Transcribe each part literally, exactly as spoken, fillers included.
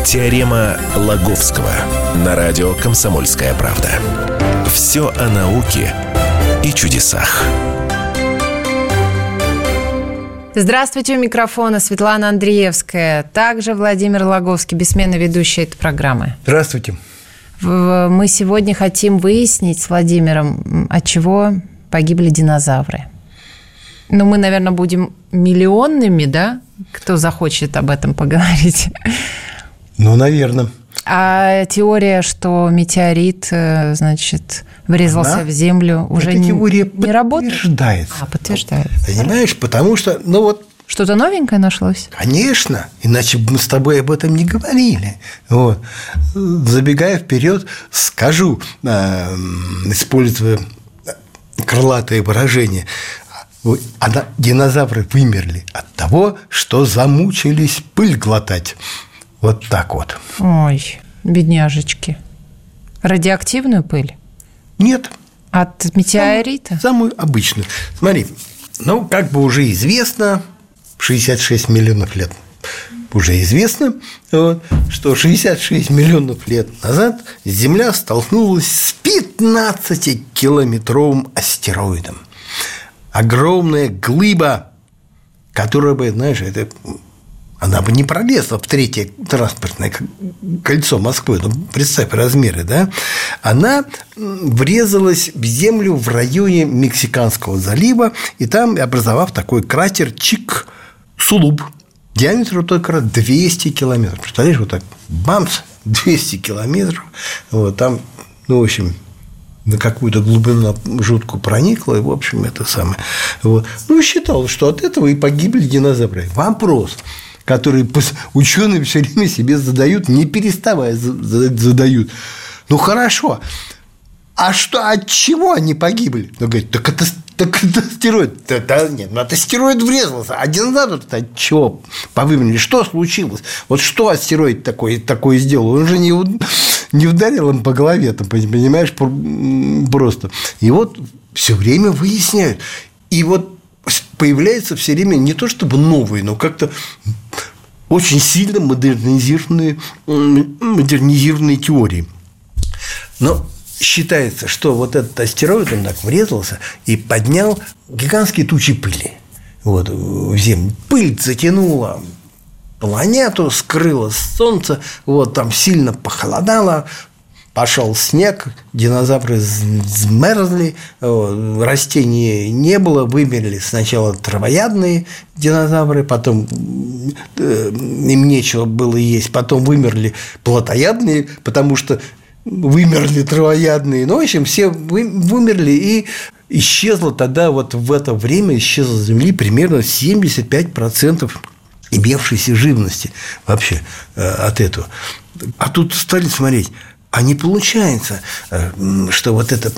Теорема Лаговского на радио «Комсомольская правда». Все о науке и чудесах. Здравствуйте, у микрофона Светлана Андреевская, также Владимир Лаговский, бессменный ведущий этой программы. Здравствуйте. Мы сегодня хотим выяснить с Владимиром, от чего погибли динозавры. Ну, мы, наверное, будем миллионными, да? Кто захочет об этом поговорить? Ну, наверное. А теория, что метеорит, значит, врезался Она? в землю, уже Эта не, теория не работает? подтверждается. А, подтверждается. Понимаешь, потому что, ну вот... Что-то новенькое нашлось? Конечно, иначе бы мы с тобой об этом не говорили. Вот. Забегая вперед, скажу, используя крылатое выражение, динозавры вымерли от того, что замучились пыль глотать. Вот так вот. Ой, бедняжечки. Радиоактивную пыль? Нет. От метеорита? Самую, самую обычную. Смотри, ну, как бы уже известно, шестьдесят шесть миллионов лет уже известно, вот, что шестьдесят шесть миллионов лет назад Земля столкнулась с пятнадцатикилометровым астероидом. Огромная глыба, которая бы, знаешь, это, она бы не пролезла в третье транспортное кольцо Москвы, ну, представь размеры, да, она врезалась в землю в районе Мексиканского залива, и там, образовав такой кратер Чик-Сулуб, диаметром только двести километров. Представляешь, вот так, бамс, двести километров, вот там, ну, в общем, на какую-то глубину жуткую проникло, и, в общем, это самое. Вот. Ну, считалось, что от этого и погибли динозавры. Вопрос, который ученые все время себе задают, не переставая задают. Ну, хорошо, а что, от чего они погибли? Ну, говорит, так это, так это астероид. Да, да, нет, ну, от астероид врезался. А динозавр-то от чего повымерли? Что случилось? Вот что астероид такой, такой сделал? Он же не, не ударил им по голове, там, понимаешь, просто. И вот все время выясняют. И вот появляются все время не то чтобы новые, но как-то очень сильно модернизированные, модернизированные теории. Но считается, что вот этот астероид, он так врезался и поднял гигантские тучи пыли вот, в Землю. Пыль затянула планету, скрыла солнце, вот, там сильно похолодало, пошел снег, динозавры змерзли, вот, растений не было, вымерли сначала травоядные динозавры, потом э, им нечего было есть, потом вымерли плотоядные, потому что вымерли травоядные. Ну, в общем, все вымерли, и исчезло тогда, вот в это время исчезло с Земли примерно семьдесят пять процентов имевшейся живности вообще от этого. А тут стали смотреть, а не получается, что вот эта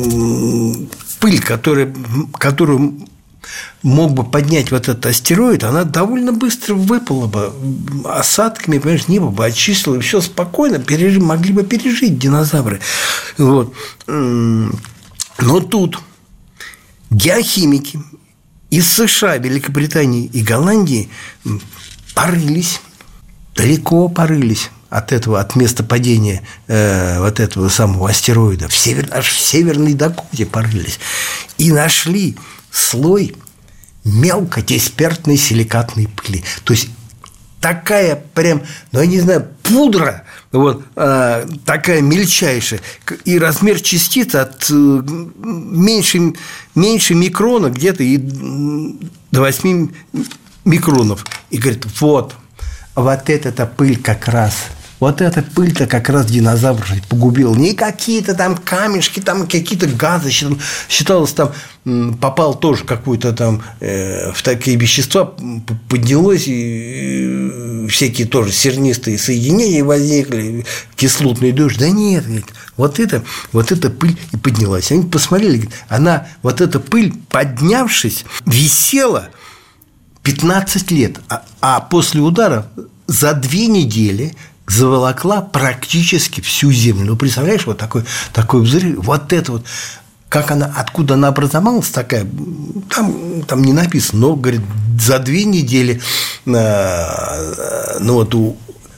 пыль, которая, которую мог бы поднять вот этот астероид, она довольно быстро выпала бы осадками, понимаешь, небо бы очистило, и все спокойно пережить, могли бы пережить динозавры. Вот. Но тут геохимики из США, Великобритании и Голландии порылись, далеко порылись от этого, от места падения э, вот этого самого астероида, в север, аж в Северной Дакоте порылись, и нашли слой мелкодисперсной силикатной пыли. То есть такая прям, ну, я не знаю, пудра, вот, а, такая мельчайшая, и размер частиц от меньше, меньше микрона, где-то и до восьми микронов. И говорит, вот, вот эта пыль как раз. Вот эта пыль-то как раз динозавр погубила. Не какие-то там камешки, там какие-то газы. Считалось, там попал тоже какой-то там э, в такие вещества, поднялось, и всякие тоже сернистые соединения возникли, кислотный дождь. Да нет, говорит, вот это, вот эта пыль и поднялась. Они посмотрели, говорит, она, вот эта пыль, поднявшись, висела пятнадцать лет, а, а после удара за две недели заволокла практически всю Землю. Ну, представляешь, вот такой, такой взрыв, вот это вот, как она, откуда она образовалась такая, там, там не написано, но, говорит, за две недели, ну, вот у,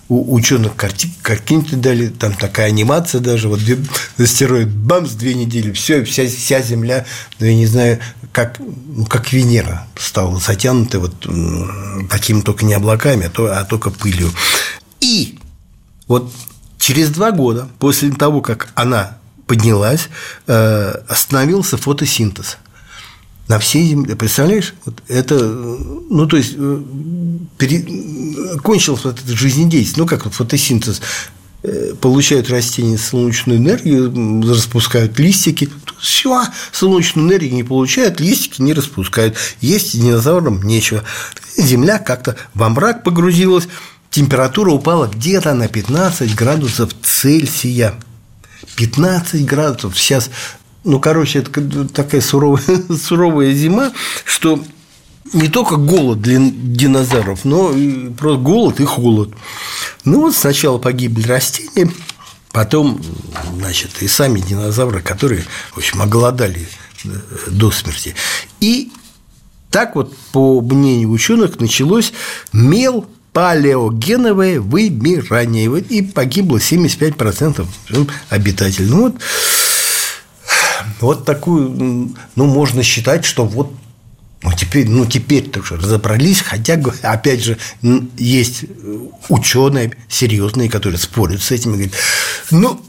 у ученых картинки дали, там такая анимация даже, вот астероид, бамс, две недели, все, вся, вся Земля, ну, я не знаю, как, ну, как Венера стала затянута вот такими только не облаками, а, то, а только пылью. И вот через два года после того, как она поднялась, остановился фотосинтез на всей Земле. Представляешь? Вот это, ну, то есть, пере... кончилась вот эта жизнедеятельность. Ну, как вот фотосинтез. Получают растения солнечную энергию, распускают листики. Все, солнечную энергию не получают, листики не распускают. Есть динозаврам нечего. Земля как-то во мрак погрузилась. Температура упала где-то на пятнадцать градусов Цельсия. пятнадцать градусов. Сейчас, ну, короче, это такая суровая, суровая зима, что не только голод для динозавров, но и просто голод и холод. Ну, вот сначала погибли растения, потом, значит, и сами динозавры, которые, в общем, оголодали до смерти. И так вот, по мнению ученых, началось мел палеогеновое вымирание, и погибло семьдесят пять процентов обитателей. Ну, вот, вот такую, ну, можно считать, что вот ну, теперь, ну, теперь-то уже разобрались, хотя, опять же, есть ученые серьезные, которые спорят с этим и говорят, ну,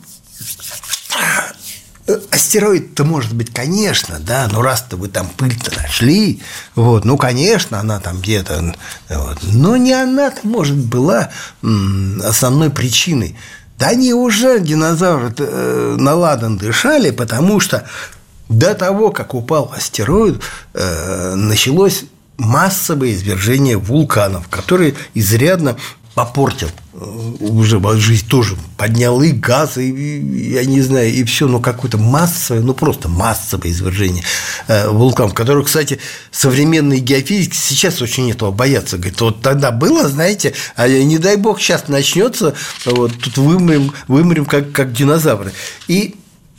астероид-то может быть, конечно, да, но раз-то вы там пыль-то нашли, вот, ну, конечно, она там где-то, вот, но не она-то, может, была основной причиной. Да они уже, динозавры, на ладан дышали, потому что до того, как упал астероид, началось массовое извержение вулканов, которые изрядно попортил уже жизнь, тоже поднял и газы, и, я не знаю, и все, но какое-то массовое, ну просто массовое извержение вулканов, которые, кстати, современные геофизики сейчас очень этого боятся. Говорят, вот тогда было, знаете, а не дай бог сейчас начнется, вот тут вымрем, вымрем как, как динозавры. И,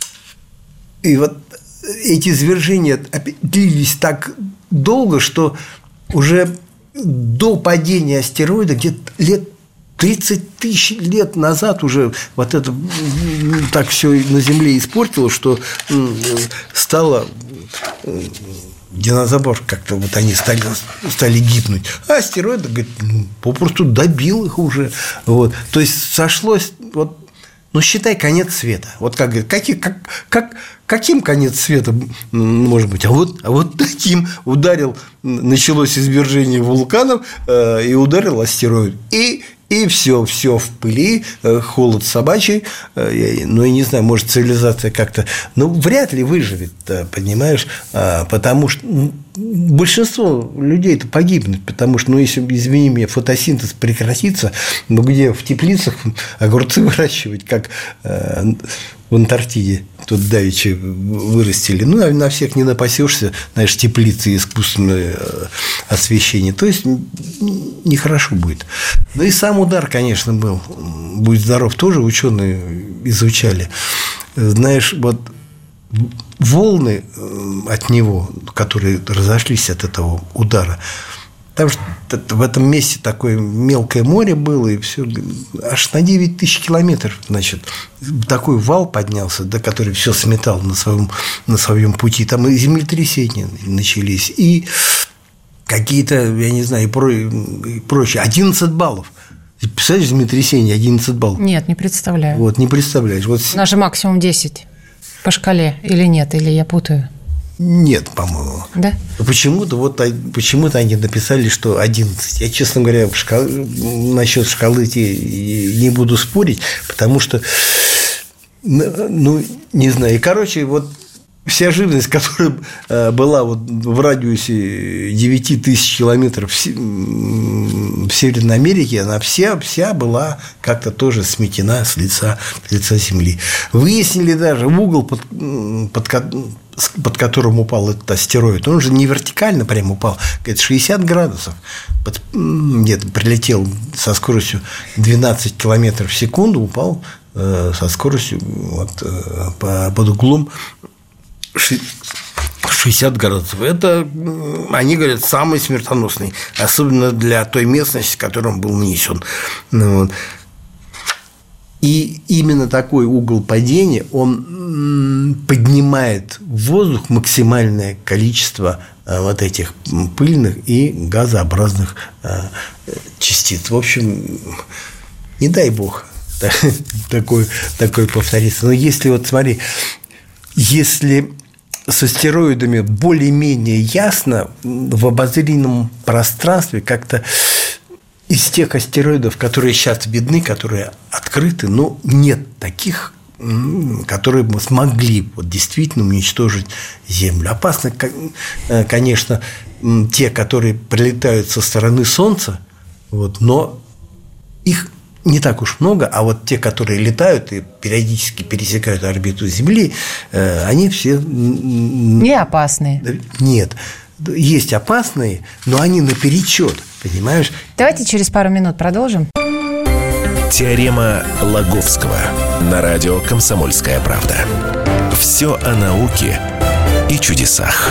и вот эти извержения длились так долго, что уже до падения астероида где-то лет тридцать тысяч лет назад уже вот это так все на Земле испортилось, что стало динозавр как-то вот они стали, стали гибнуть. А астероид, говорит, ну, попросту добил их уже. Вот. То есть сошлось вот. Ну, считай, конец света. Вот как говорят, как, как, как, каким конец света может быть? А вот, а вот таким ударил, началось извержение вулканов, э, и ударил астероид. И, и все, все в пыли, э, холод собачий. Э, ну, я не знаю, может, цивилизация как-то. Ну, вряд ли выживет, понимаешь? А, потому что ну, большинство людей-то погибнут, потому что, ну, если, извини меня, фотосинтез прекратится, ну, где в теплицах огурцы выращивать, как э, в Антарктиде тут давеча вырастили. Ну, на всех не напасешься, знаешь, теплицы, искусственное освещение. То есть нехорошо будет. Ну и сам удар, конечно, был. Будь здоров, тоже ученые изучали. Знаешь, вот волны от него, которые разошлись от этого удара, там что в этом месте такое мелкое море было, и все, аж на девять тысяч километров, значит, такой вал поднялся, да, который все сметал на своем, на своем пути. Там и землетрясения начались, и какие-то, я не знаю, и, про, и прочее. одиннадцать баллов. Представляешь, землетрясение одиннадцать баллов? Нет, не представляю. Вот, не представляешь. Вот... У нас же максимум десять по шкале, или нет, или я путаю? Нет, по-моему. Да? Почему-то, вот, почему-то они написали, что одиннадцать. Я, честно говоря, шкал... насчет шкалы не буду спорить, потому что, ну, не знаю. И, короче, вот вся живность, которая была вот в радиусе девять тысяч километров в Северной Америке, она вся, вся была как-то тоже сметена с лица, с лица Земли. Выяснили даже в угол, под, под, под которым упал этот астероид, он же не вертикально прям упал, говорит, шестьдесят градусов. Под, нет, прилетел со скоростью двенадцать километров в секунду, упал э, со скоростью вот, э, под углом шестьдесят градусов. Это, они говорят, самый смертоносный, особенно для той местности, в которой он был нанесен. Ну, вот. И именно такой угол падения, он поднимает в воздух максимальное количество вот этих пыльных и газообразных частиц. В общем, не дай бог такой, такой повторится. Но если вот смотри, если с астероидами более-менее ясно в обозримом пространстве как-то из тех астероидов, которые сейчас видны, которые открыты, но нет таких, которые бы смогли вот действительно уничтожить Землю. Опасно, конечно, те, которые прилетают со стороны Солнца, вот, но их не так уж много, а вот те, которые летают и периодически пересекают орбиту Земли, они все… Не опасные. Нет. Есть опасные, но они наперечет, понимаешь? Давайте через пару минут продолжим. Теорема Лаговского на радио «Комсомольская правда». Все о науке и чудесах.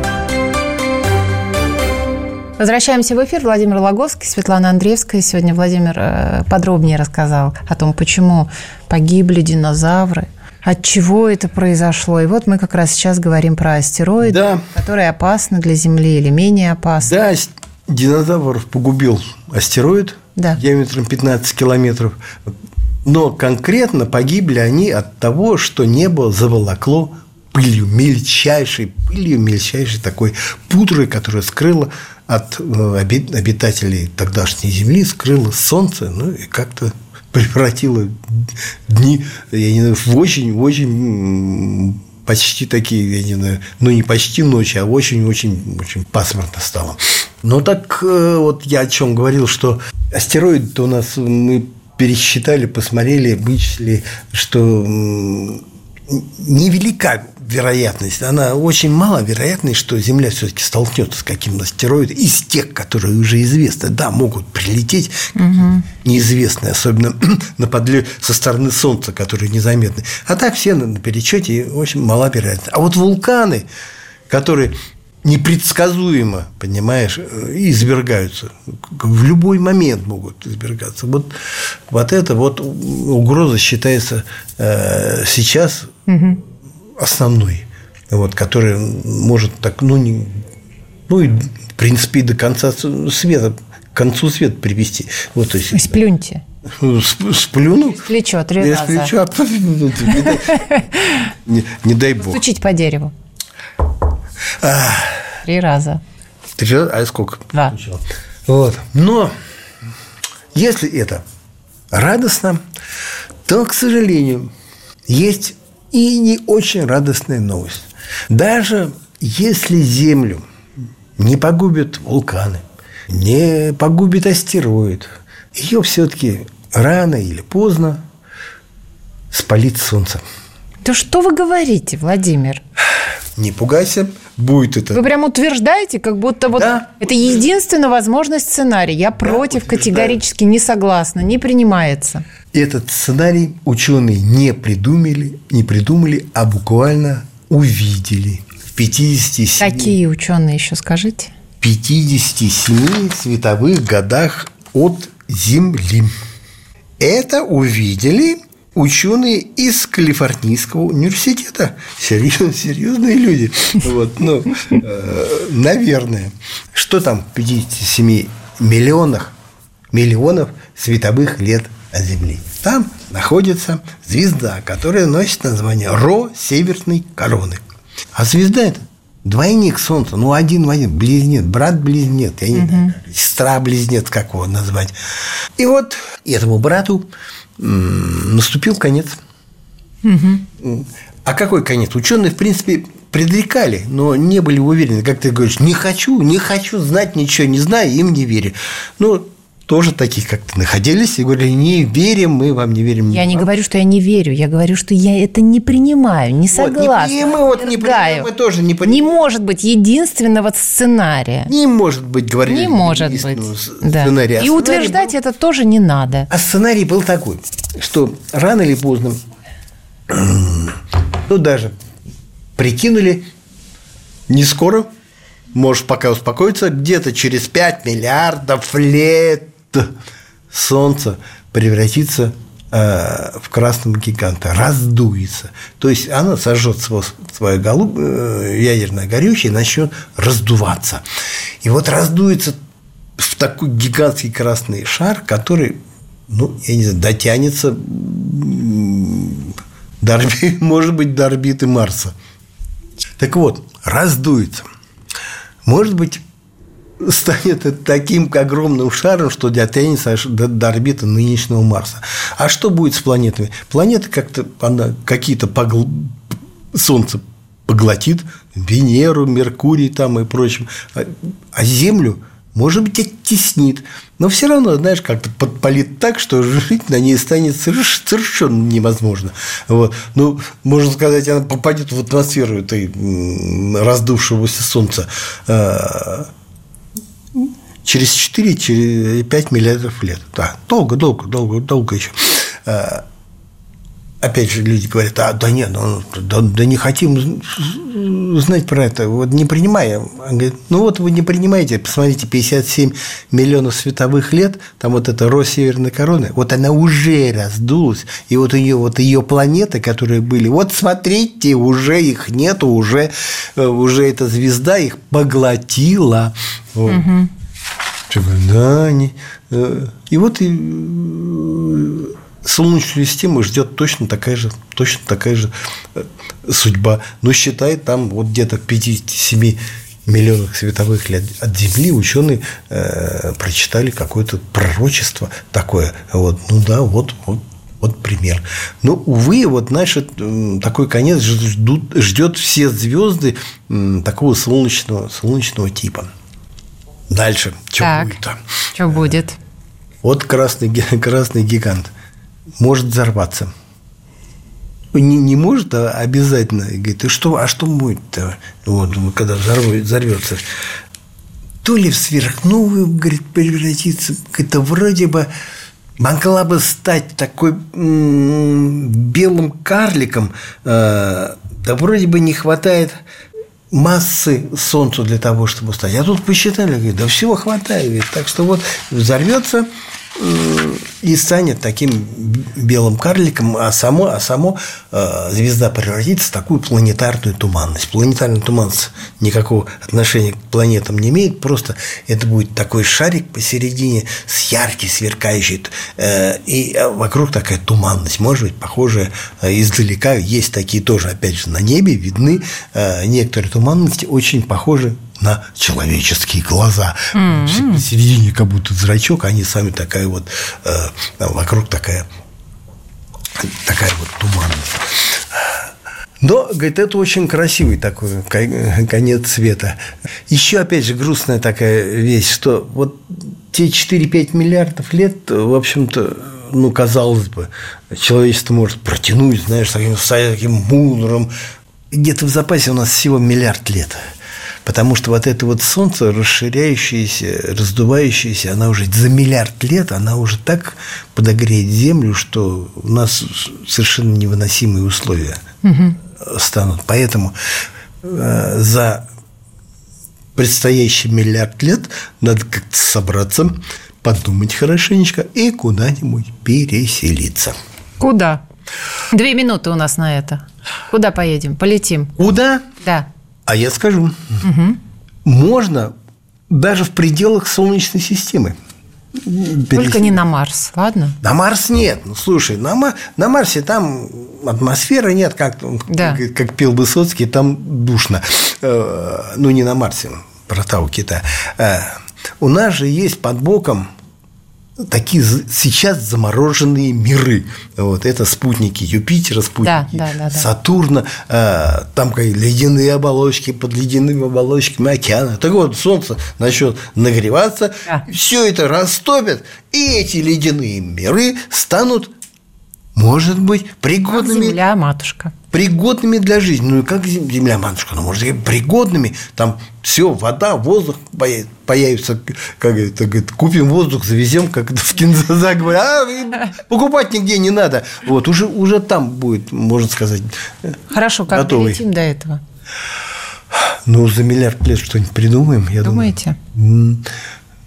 Возвращаемся в эфир. Владимир Лаговский, Светлана Андреевская. Сегодня Владимир подробнее рассказал о том, почему погибли динозавры, от чего это произошло. И вот мы как раз сейчас говорим про астероиды, да, которые опасны для Земли или менее опасны. Да, динозавров погубил астероид, да, диаметром пятнадцать километров. Но конкретно погибли они от того, что небо заволокло пылью, мельчайшей пылью, мельчайшей такой пудрой, которая скрыла от обитателей тогдашней Земли, скрыла Солнце, ну и как-то превратила дни, я не знаю, в очень-очень почти такие, я не знаю, ну не почти ночи, а очень-очень-очень пасмурно стало. Ну так вот я о чем говорил, что астероиды-то у нас мы пересчитали, посмотрели, вычислили, что невелика вероятность, она очень мала вероятность, что Земля все-таки столкнется с каким-то астероидом из тех, которые уже известны. Да, могут прилететь угу. неизвестные, особенно на подлет со стороны Солнца, которые незаметны. А так все на перечете, и очень мала вероятность. А вот вулканы, которые непредсказуемо, понимаешь, извергаются, в любой момент могут извергаться. Вот, вот эта вот угроза считается э, сейчас угу. основной, вот, которая может так, ну, не, ну, и, в принципе, и до конца света, к концу света привести. Вот, то есть, сплюньте. Сплюну? С плечо три раза. Плечо, не, не дай бог. Стучить по дереву. Три раза. Три раза? А сколько? Два. Вот. Но если это радостно, то, к сожалению, есть и не очень радостная новость. Даже если Землю не погубят вулканы, не погубит астероид, ее все-таки рано или поздно спалит Солнце. Да что вы говорите, Владимир? Не пугайся, будет это. Вы прям утверждаете, как будто вот да, это единственно возможный сценарий. Я да, против, категорически не согласна, не принимается. Этот сценарий ученые не придумали, не придумали, а буквально увидели. В пятидесяти семи Какие ученые еще, скажите? пятидесяти семи световых годах от Земли. Это увидели ученые из Калифорнийского университета. Серьезные, серьезные люди. Вот, ну, э, наверное. Что там в пятидесяти семи миллионах, миллионов световых лет от Земли? Там находится звезда, которая носит название Ро Северной Короны. А звезда это двойник Солнца, ну один в один, близнец, брат-близнец, я не угу. знаю, сестра-близнец, как его назвать. И вот этому брату наступил конец. Угу. А какой конец? Ученые, в принципе, предрекали, но не были уверены. Как ты говоришь, не хочу, не хочу знать ничего, не знаю, им не верю. Ну, тоже такие как-то находились и говорили, не верим, мы вам не верим. Я не говорю, что я не верю, я говорю, что я это не принимаю, не согласна. Вот, не, мы вот не принимаем, мы тоже не принимаем. Не может быть единственного сценария. Не может быть, говорили. Не может быть, сценария. Да. И утверждать был... это тоже не надо. А сценарий был такой, что рано или поздно, ну, даже прикинули, не скоро, может пока успокоиться, где-то через пять миллиардов лет Солнце превратится в красном гиганте раздуется. То есть она сожжет свое ядерное горючее и начнет раздуваться. И вот раздуется в такой гигантский красный шар, который, ну, я не знаю, дотянется, до орбиты, может быть, до орбиты Марса. Так вот, раздуется. Может быть, станет таким огромным шаром, что дотянется до, до орбиты нынешнего Марса. А что будет с планетами? Планеты как-то, она какие-то погл... Солнце поглотит, Венеру, Меркурий там и прочим, а, а Землю, может быть, оттеснит. Но все равно, знаешь, как-то подпалит так, что жить на ней станет совершенно невозможно. Вот. Ну, можно сказать, она попадет в атмосферу этой раздувшегося Солнца через четыре-пять миллиардов лет. Да, долго, долго, долго, долго еще. Опять же, люди говорят: а, да нет, ну, да, да не хотим знать про это, вот не принимаем. Он говорит: ну вот вы не принимаете, посмотрите, пятьдесят семь миллионов световых лет, там вот эта рось северной короны, вот она уже раздулась, и вот ее, вот ее планеты, которые были, вот смотрите, уже их нету, уже, уже эта звезда их поглотила. Вот. Угу. Да, не... И вот и... Солнечную систему ждет точно такая же, точно такая же судьба. Но считает, там вот где-то в пятидесяти семи миллионах световых лет от Земли ученые э, прочитали какое-то пророчество такое. Вот, ну да, вот, вот, вот пример. Но, увы, вот, знаешь, такой конец ждут, ждет все звезды такого солнечного, солнечного типа. Дальше. Что будет? Что будет? Вот красный, красный гигант может взорваться. Не, не может, а обязательно. И говорит: и что, а что будет-то? Вот, когда взорвется? То ли в сверхновую, говорит, превратиться, это вроде бы могла бы стать такой м-м, белым карликом, э, да вроде бы не хватает массы Солнцу для того, чтобы стать. А тут посчитали, говорит, да всего хватает. Говорит, так что вот взорвется и станет таким белым карликом, а само, а само э, звезда превратится в такую планетарную туманность. Планетарная туманность никакого отношения к планетам не имеет, просто это будет такой шарик посередине с яркий, сверкающий, э, и вокруг такая туманность, может быть, похожая э, издалека. Есть такие тоже, опять же, на небе видны э, некоторые туманности, очень похожи на человеческие глаза. Mm-hmm. В середине как будто зрачок, они сами такая вот э, вокруг такая такая вот туманность. Но, говорит, это очень красивый такой конец света. Еще, опять же, грустная такая вещь, что вот те четыре-пять миллиардов лет, в общем-то, ну, казалось бы, человечество может протянуть, знаешь, с таким, с таким мудрым. Где-то в запасе у нас всего миллиард лет. Потому что вот это вот Солнце, расширяющееся, раздувающееся, она уже за миллиард лет, она уже так подогреет Землю, что у нас совершенно невыносимые условия угу. станут. Поэтому э, за предстоящий миллиард лет надо как-то собраться, подумать хорошенечко и куда-нибудь переселиться. Куда? Две минуты у нас на это. Куда поедем? Полетим? Куда? Да. А я скажу, угу. можно даже в пределах Солнечной системы. Только не на Марс, ладно? На Марс нет. Ну, слушай, на, Мар... на Марсе там атмосферы нет, как, да. как, как пел Высоцкий, там душно. Ну, не на Марсе, про Тау Китая. У нас же есть под боком такие сейчас замороженные миры. Вот, это спутники Юпитера, спутники да, да, да, Сатурна, да. Там как ледяные оболочки, под ледяными оболочками океана. Так вот, Солнце начнет нагреваться, да. все это растопит, и эти ледяные миры станут, может быть, пригодными. Как Земля, матушка. Пригодными для жизни. Ну, как Земля, матушка, ну, может быть, пригодными. Там все, вода, воздух появится. Как это, говорит, купим воздух, завезем, как это в киноза говорят, а, покупать нигде не надо. Вот, уже, уже там будет, можно сказать, хорошо, как готовый. Долетим до этого? Ну, за миллиард лет что-нибудь придумаем, я Думаете? думаю.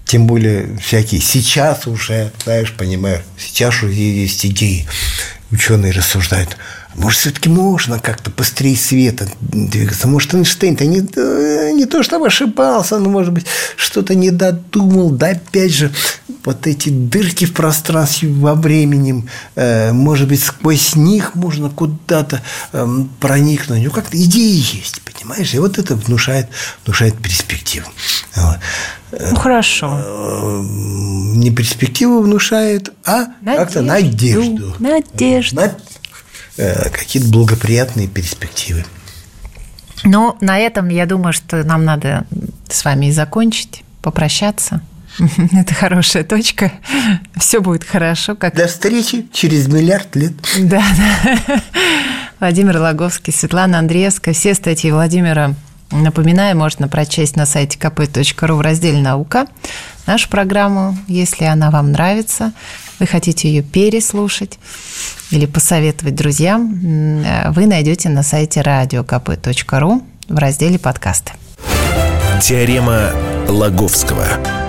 Тем более всякие сейчас уже, знаешь, понимаешь, сейчас уже есть идеи. Ученые рассуждают, может, все-таки можно как-то быстрее света двигаться. Может, Эйнштейн-то не, не то чтобы ошибался, но, может быть, что-то не додумал. Да, опять же, вот эти дырки в пространстве во времени, э, может быть, сквозь них можно куда-то э, проникнуть. Ну, как-то идеи есть, понимаешь? И вот это внушает, внушает перспективу. Вот. Ну, хорошо. Не перспективу внушает, а надежду. Как-то надежду. Надежду. На какие-то благоприятные перспективы. Ну, на этом, я думаю, что нам надо с вами и закончить, попрощаться. Это хорошая точка. Все будет хорошо. Как... До встречи через миллиард лет. Да, да. Владимир Логовский, Светлана Андреевская. Все статьи Владимира, напоминаю, можно прочесть на сайте ка пэ точка ру в разделе «Наука». Нашу программу, если она вам нравится, вы хотите ее переслушать или посоветовать друзьям, вы найдете на сайте радио ка пэ точка ру в разделе «Подкасты». Теорема Лаговского.